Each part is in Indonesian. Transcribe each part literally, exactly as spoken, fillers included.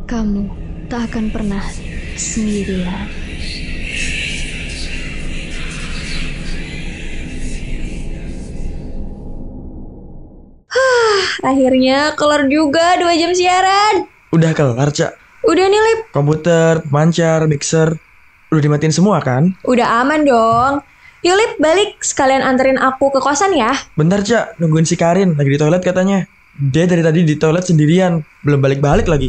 Kamu tak akan pernah sendirian. Akhirnya kelar juga dua jam siaran. Udah kelar, Cak? Udah nih, Lip. Komputer, pemancar, mixer, udah dimatiin semua kan? Udah aman dong. Yuk, Lip, balik. Sekalian anterin aku ke kosan ya. Bentar, Cak. Nungguin si Karin. Lagi di toilet katanya. Dia dari tadi di toilet sendirian. Belum balik-balik lagi.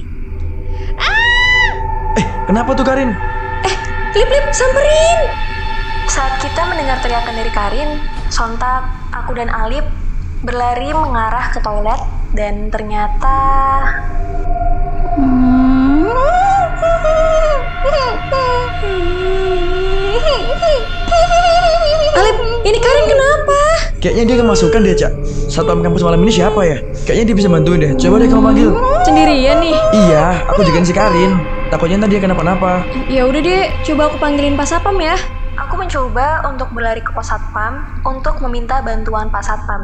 Ah! Eh, kenapa tuh Karin? Eh, Lip, Lip, samperin. Saat kita mendengar teriakan dari Karin, sontak aku dan Alip berlari mengarah ke toilet dan ternyata Hmm. Alip, ini Karin kenapa? Kayaknya dia kemasukan deh, Cak. Satpam kampus malam ini siapa ya? Kayaknya dia bisa bantuin deh. Coba deh kamu manggil. Sendirian nih? Iya, aku jagain si Karin. Takutnya ntar dia kenapa-napa. Ya udah deh, coba aku panggilin Pak Satpam ya. Aku mencoba untuk berlari ke pos Satpam untuk meminta bantuan Pak Satpam.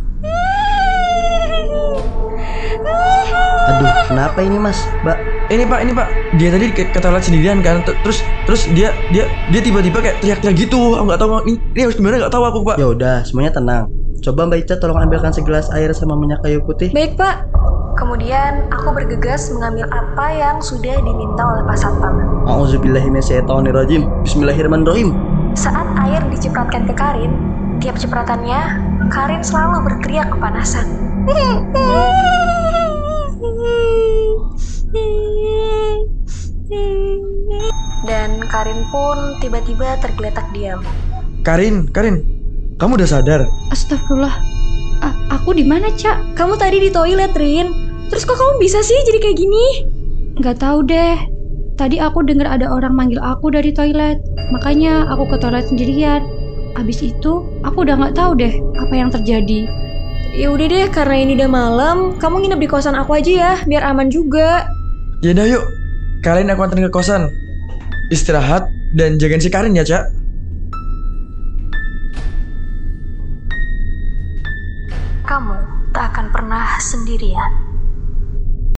Aduh, kenapa ini mas, mbak? Ini pak, ini pak. Dia tadi ke, ke toilet sendirian kan. Terus, terus dia, dia, dia tiba-tiba kayak teriak-teriak gitu. Aku nggak tahu ini, ini harus gimana, nggak tahu aku pak. Ya udah, semuanya tenang. Coba Mbak Ica tolong ambilkan segelas air sama minyak kayu putih. Baik Pak. Kemudian aku bergegas mengambil apa yang sudah diminta oleh Pak Satpam. A'udzubillahiminasyaitonirrajim. Bismillahirrahmanirrahim. Saat air dicipratkan ke Karin, tiap cipratannya Karin selalu berteriak kepanasan. Dan Karin pun tiba-tiba tergeletak diam. Karin, Karin, kamu udah sadar? Astagfirullah. A- aku di mana, Cak? Kamu tadi di toilet, Rin. Terus kok kamu bisa sih jadi kayak gini? Nggak tahu deh. Tadi aku dengar ada orang manggil aku dari toilet. Makanya aku ke toilet sendirian. Abis itu, aku udah nggak tahu deh apa yang terjadi. Ya udah deh, karena ini udah malam, kamu nginep di kosan aku aja ya, biar aman juga. Yaudah yuk, kalian aku anterin ke kosan. Istirahat dan jagain si Karin ya, Cak. Kamu tak akan pernah sendirian.